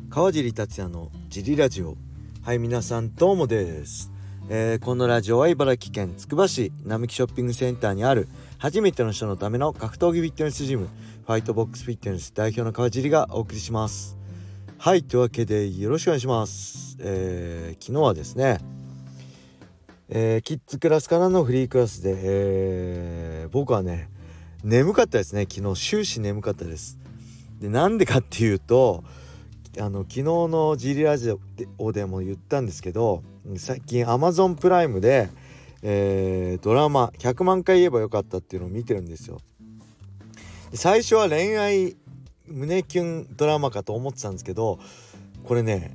川尻達也のジリラジオ。はい、皆さんどうもです。このラジオは茨城県つくば市並木ショッピングセンターにある初めての人のための格闘技フィットネスジムファイトボックスフィットネス代表の川尻がお送りします。はい、というわけでよろしくお願いします。昨日はですね、キッズクラスからのフリークラスで、僕はね眠かったですね。昨日終始眠かったです。で、なんでかっていうと昨日のジリラジオでも言ったんですけど、最近 Amazon プライムで、ドラマ100万回言えばよかったっていうのを見てるんですよ。で、最初は恋愛胸キュンドラマかと思ってたんですけど、これね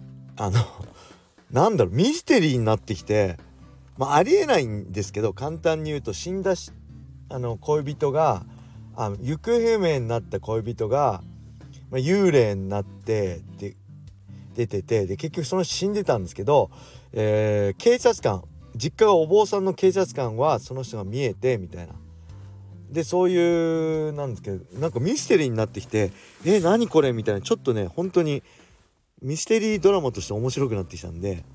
ミステリーになってきて、ありえないんですけど、簡単に言うと死んだ恋人が行方不明になった恋人が幽霊になって出てて、で結局その死んでたんですけど、警察官、実家がお坊さんの警察官はその人が見えてみたいな、でそういうなんですけど、なんかミステリーになってきて、何これみたいな、ちょっとね本当にミステリードラマとして面白くなってきたんで、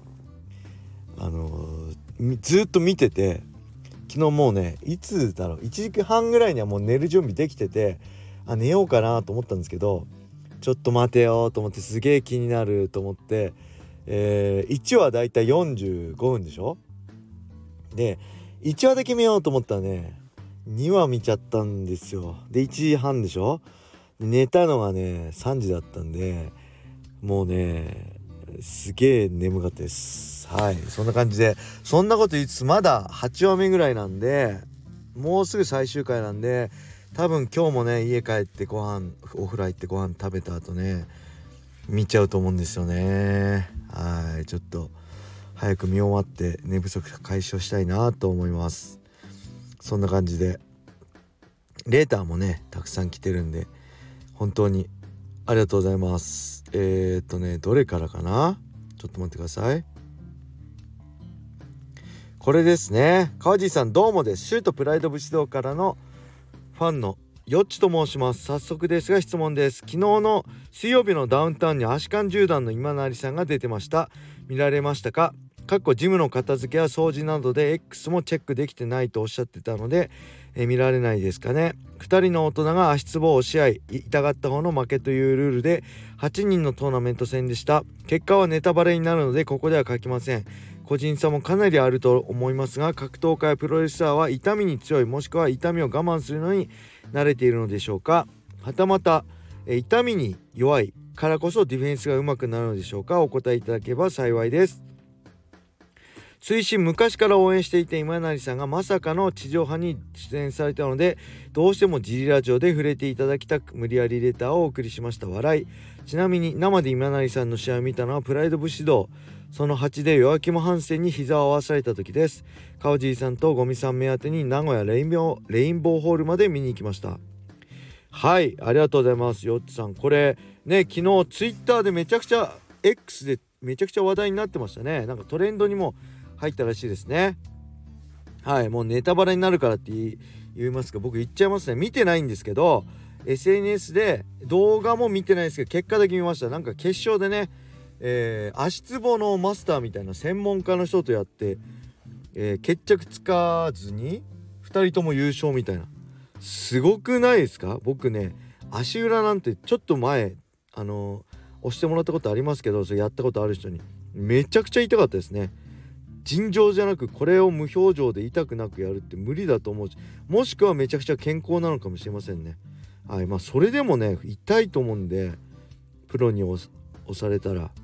ずっと見てて、昨日もうねいつだろう1時間半ぐらいにはもう寝る準備できてて、寝ようかなと思ったんですけど、ちょっと待てよと思って、すげえ気になると思って、1話だいたい45分でしょ。で1話だけ見ようと思ったらね2話見ちゃったんですよ。で1時半でしょ。寝たのがね3時だったんで、もうねすげえ眠かったです。はい、そんな感じで、そんなこと言いつつまだ8話目ぐらいなんで、もうすぐ最終回なんで、多分今日もね家帰ってお風呂入ってご飯食べた後ね見ちゃうと思うんですよね。はい、ちょっと早く見終わって寝不足解消したいなと思います。そんな感じでレーターもねたくさん来てるんで、本当にありがとうございます。どれからかな、ちょっと待ってください。これですね。川地さんどうもです。シュートプライド武士道からのファンのよっちと申します。早速ですが質問です。昨日の水曜日のダウンタウンにアシカン10段の今成さんが出てました。見られましたか？ジムの片付けや掃除などで X もチェックできてないとおっしゃってたので、見られないですかね。2人の大人が足つぼを押し合い、痛がった方の負けというルールで8人のトーナメント戦でした。結果はネタバレになるのでここでは書きません。個人差もかなりあると思いますが、格闘家やプロレスラーは痛みに強い、もしくは痛みを我慢するのに慣れているのでしょうか。はたまた痛みに弱いからこそディフェンスが上手くなるのでしょうか。お答えいただければ幸いです。追伸、昔から応援していた今成さんがまさかの地上波に出演されたので、どうしてもジリラジオで触れていただきたく無理やりレターをお送りしました。笑い。ちなみに生で今成さんの試合を見たのはプライド武士道その8でヨアキム・ハンセンに膝を合わされた時です。川尻さんとゴミさん目当てに名古屋レインボーホールまで見に行きました。はい、ありがとうございます。よっちさん、これね昨日ツイッターでめちゃくちゃ X でめちゃくちゃ話題になってましたね。なんかトレンドにも入ったらしいですね。はい、もうネタバレになるからって言いますか、僕言っちゃいますね。見てないんですけど SNS で動画も見てないですけど結果だけ見ました。なんか決勝でね、足つぼのマスターみたいな専門家の人とやって、決着つかずに2人とも優勝みたいな、すごくないですか？僕ね足裏なんてちょっと前押してもらったことありますけど、それやったことある人にめちゃくちゃ痛かったですね。尋常じゃなくこれを無表情で痛くなくやるって無理だと思うし、もしくはめちゃくちゃ健康なのかもしれませんね。はい、それでもね痛いと思うんで、プロに押されたら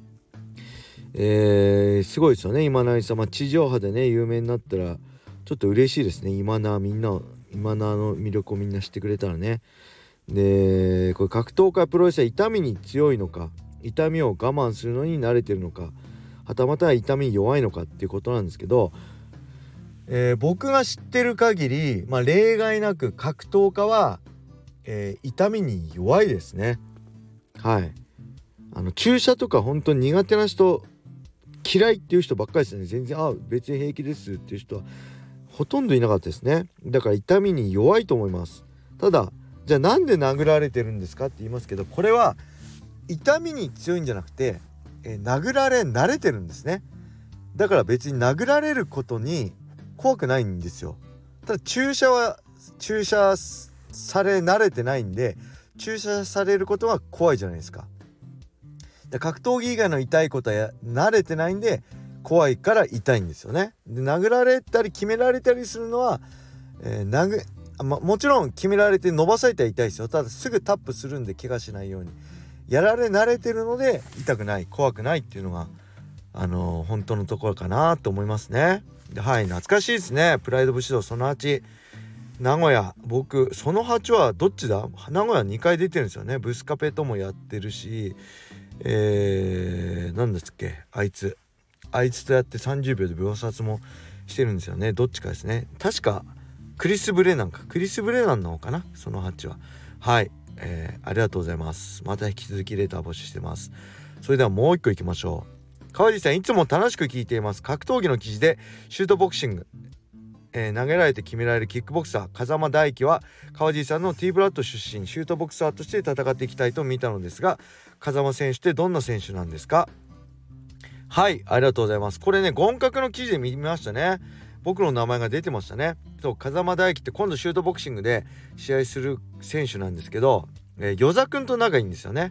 すごいですよね。今成さん、地上波でね有名になったらちょっと嬉しいですね。今縄の魅力をみんな知ってくれたらね。でこれ格闘家プロレスは痛みに強いのか、痛みを我慢するのに慣れてるのか、はたまた痛みに弱いのかっていうことなんですけど、僕が知ってる限り、例外なく格闘家は、痛みに弱いですね。はい、注射とか本当に苦手な人、嫌いっていう人ばっかりですね。全然別に平気ですっていう人はほとんどいなかったですね。だから痛みに弱いと思います。ただじゃあなんで殴られてるんですかって言いますけど、これは痛みに強いんじゃなくて、殴られ慣れてるんですね。だから別に殴られることに怖くないんですよ。ただ注射され慣れてないんで、注射されることは怖いじゃないですか。格闘技以外の痛いことは慣れてないんで怖いから痛いんですよね。で殴られたり決められたりするのは、もちろん決められて伸ばされたら痛いですよ。ただすぐタップするんで怪我しないようにやられ慣れてるので痛くない怖くないっていうのが本当のところかなと思いますね。で懐かしいですね。プライド武士道その8名古屋、僕その8はどっちだ、名古屋2回出てるんですよね。ブスカペともやってるし、何ですっけ、あいつとやって30秒で秒殺もしてるんですよね。どっちかですね。確かクリス・ブレナンなのかな、その8は。ありがとうございます。また引き続きレター募集してます。それではもう一個いきましょう。川地さんいつも楽しく聞いています。格闘技の記事でシュートボクシング、投げられて決められるキックボクサー風間大輝は川地さんの T ブラッド出身シュートボクサーとして戦っていきたいと見たのですが、風間選手ってどんな選手なんですか？ありがとうございます。これね、厳格の記事で見ましたね。僕の名前が出てましたね。そう風間大輝って今度シュートボクシングで試合する選手なんですけど、与座くんと仲いいんですよね。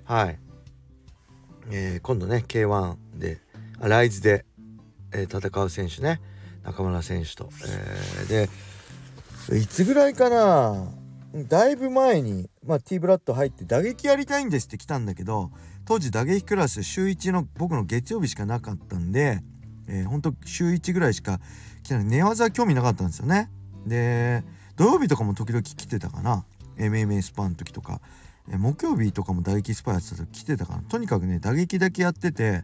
今度ね K1 でライズで、戦う選手ね、中村選手と、でいつぐらいかな、だいぶ前に、T ブラッド入って打撃やりたいんですって来たんだけど、当時打撃クラス週1の僕の月曜日しかなかったんで、ほんと週1ぐらいしか来ない、寝技興味なかったんですよね。で土曜日とかも時々来てたかな、MMA スパの時とか、木曜日とかも打撃スパやってた時来てたかな。とにかくね打撃だけやってて、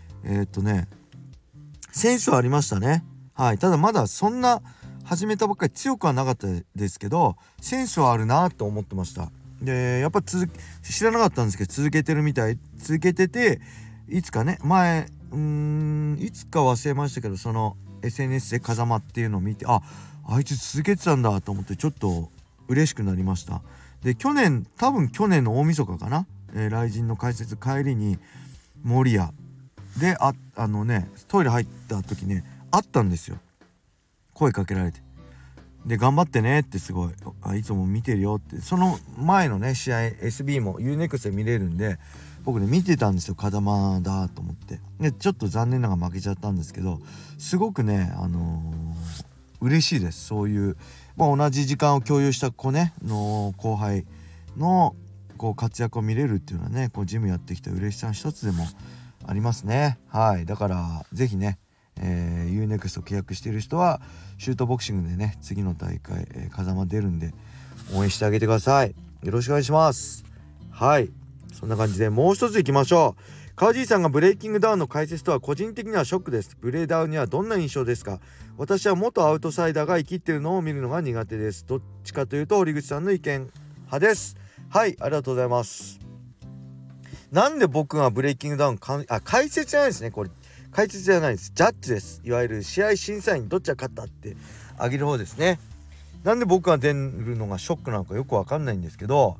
センスはありましたね。ただまだそんな始めたばっかり強くはなかったですけど、センスはあるなと思ってました。でやっぱ知らなかったんですけど続けてて、いつかねいつか忘れましたけど、その SNS で風間っていうのを見て、あいつ続けてたんだと思ってちょっと嬉しくなりました。で多分去年の大晦日かな、雷神の解説帰りに守谷でトイレ入った時ね会ったんですよ。声かけられて、で頑張ってねって、すごいいつも見てるよって。その前のね試合 SB も UNEXT で見れるんで僕ね見てたんですよ。風間だと思って。でちょっと残念ながら負けちゃったんですけど、すごくね嬉しいです。そういう、同じ時間を共有した子ねの後輩の活躍を見れるっていうのはね、ジムやってきた嬉しさの一つでもありますね。だからぜひね、UNEXT 契約している人はシュートボクシングでね次の大会、風間出るんで応援してあげてください。よろしくお願いします。そんな感じでもう一ついきましょう。川地さんがブレイキングダウンの解説とは個人的にはショックです。ブレイダウンにはどんな印象ですか？私は元アウトサイダーが生きってるのを見るのが苦手です。どっちかというと堀口さんの意見派です。ありがとうございます。なんで僕がブレイキングダウン解説じゃないですね。これ解説じゃないです。ジャッジです。いわゆる試合審査員どっちが勝ったってあげる方ですね。なんで僕が出るのがショックなのかよくわかんないんですけど、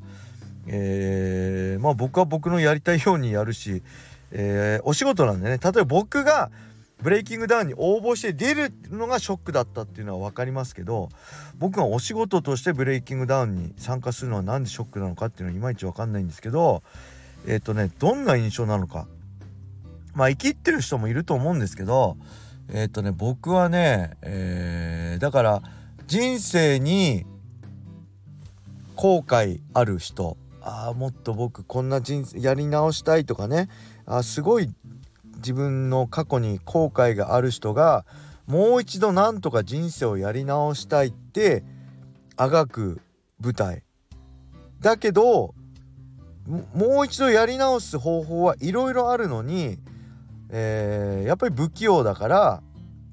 僕は僕のやりたいようにやるし、お仕事なんでね。例えば僕がブレイキングダウンに応募して出るのがショックだったっていうのは分かりますけど、僕がお仕事としてブレイキングダウンに参加するのはなんでショックなのかっていうのはいまいち分かんないんですけど、どんな印象なのか、生きってる人もいると思うんですけど、僕はね、だから人生に後悔ある人、もっと僕こんな人生やり直したいとかね、すごい自分の過去に後悔がある人がもう一度なんとか人生をやり直したいってあがく舞台だけど、もう一度やり直す方法はいろいろあるのに、やっぱり不器用だから、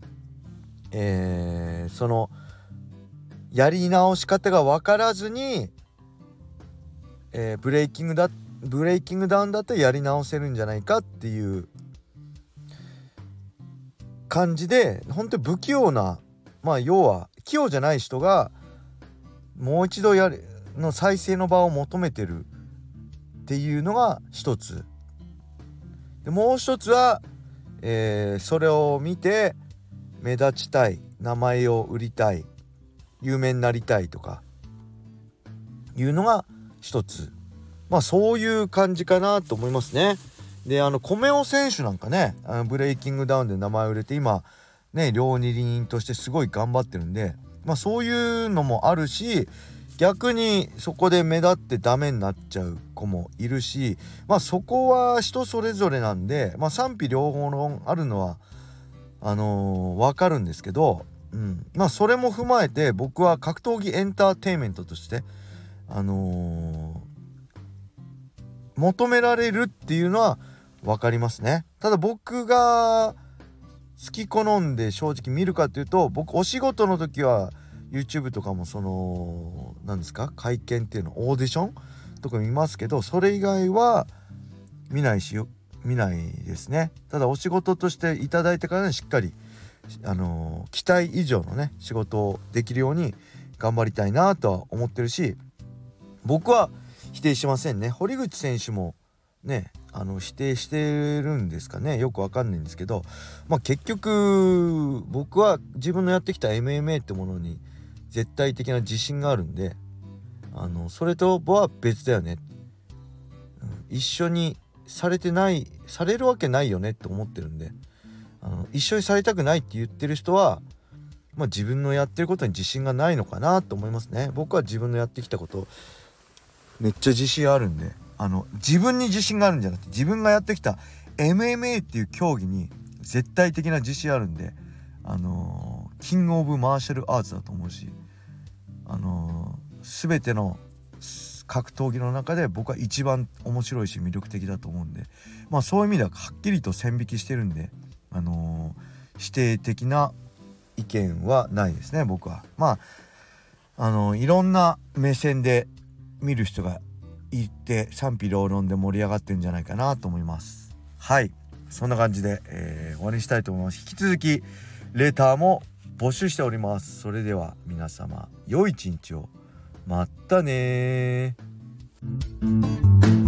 そのやり直し方が分からずに、ブレイキングダウンだったらやり直せるんじゃないかっていう感じで、本当に不器用な、要は器用じゃない人がもう一度の再生の場を求めてるっていうのが一つで、もう一つは、それを見て目立ちたい、名前を売りたい、有名になりたいとかいうのが一つ、そういう感じかなと思いますね。でコメオ選手なんかね、ブレイキングダウンで名前を売れて今ね料理人としてすごい頑張ってるんで、そういうのもあるし、逆にそこで目立ってダメになっちゃう子もいるし、そこは人それぞれなんで、賛否両論あるのは分かるんですけど、それも踏まえて僕は格闘技エンターテインメントとして求められるっていうのは分かりますね。ただ僕が好き好んで正直見るかっていうと、僕お仕事の時は YouTube とかも何ですか、会見っていうのオーディションとか見ますけど、それ以外は見ないですね。ただお仕事としていただいてからしっかり期待以上のね仕事をできるように頑張りたいなとは思ってるし、僕は否定しませんね。堀口選手もね否定してるんですかね、よくわかんないんですけど、結局僕は自分のやってきた MMA ってものに絶対的な自信があるんで、それとは別だよね、一緒にされるわけないよねって思ってるんで、一緒にされたくないって言ってる人は、自分のやってることに自信がないのかなと思いますね。僕は自分のやってきたことめっちゃ自信あるんで、自分に自信があるんじゃなくて自分がやってきた MMA っていう競技に絶対的な自信あるんで、キングオブマーシャルアーツだと思うし、全ての格闘技の中で僕は一番面白いし魅力的だと思うんで、そういう意味でははっきりと線引きしてるんで、否定的な意見はないですね。僕はいろんな目線で見る人がいて賛否両論で盛り上がってるんじゃないかなと思います。はい、そんな感じで、終わりにしたいと思います。引き続きレターも募集しております。それでは皆様良い一日を。まったねー。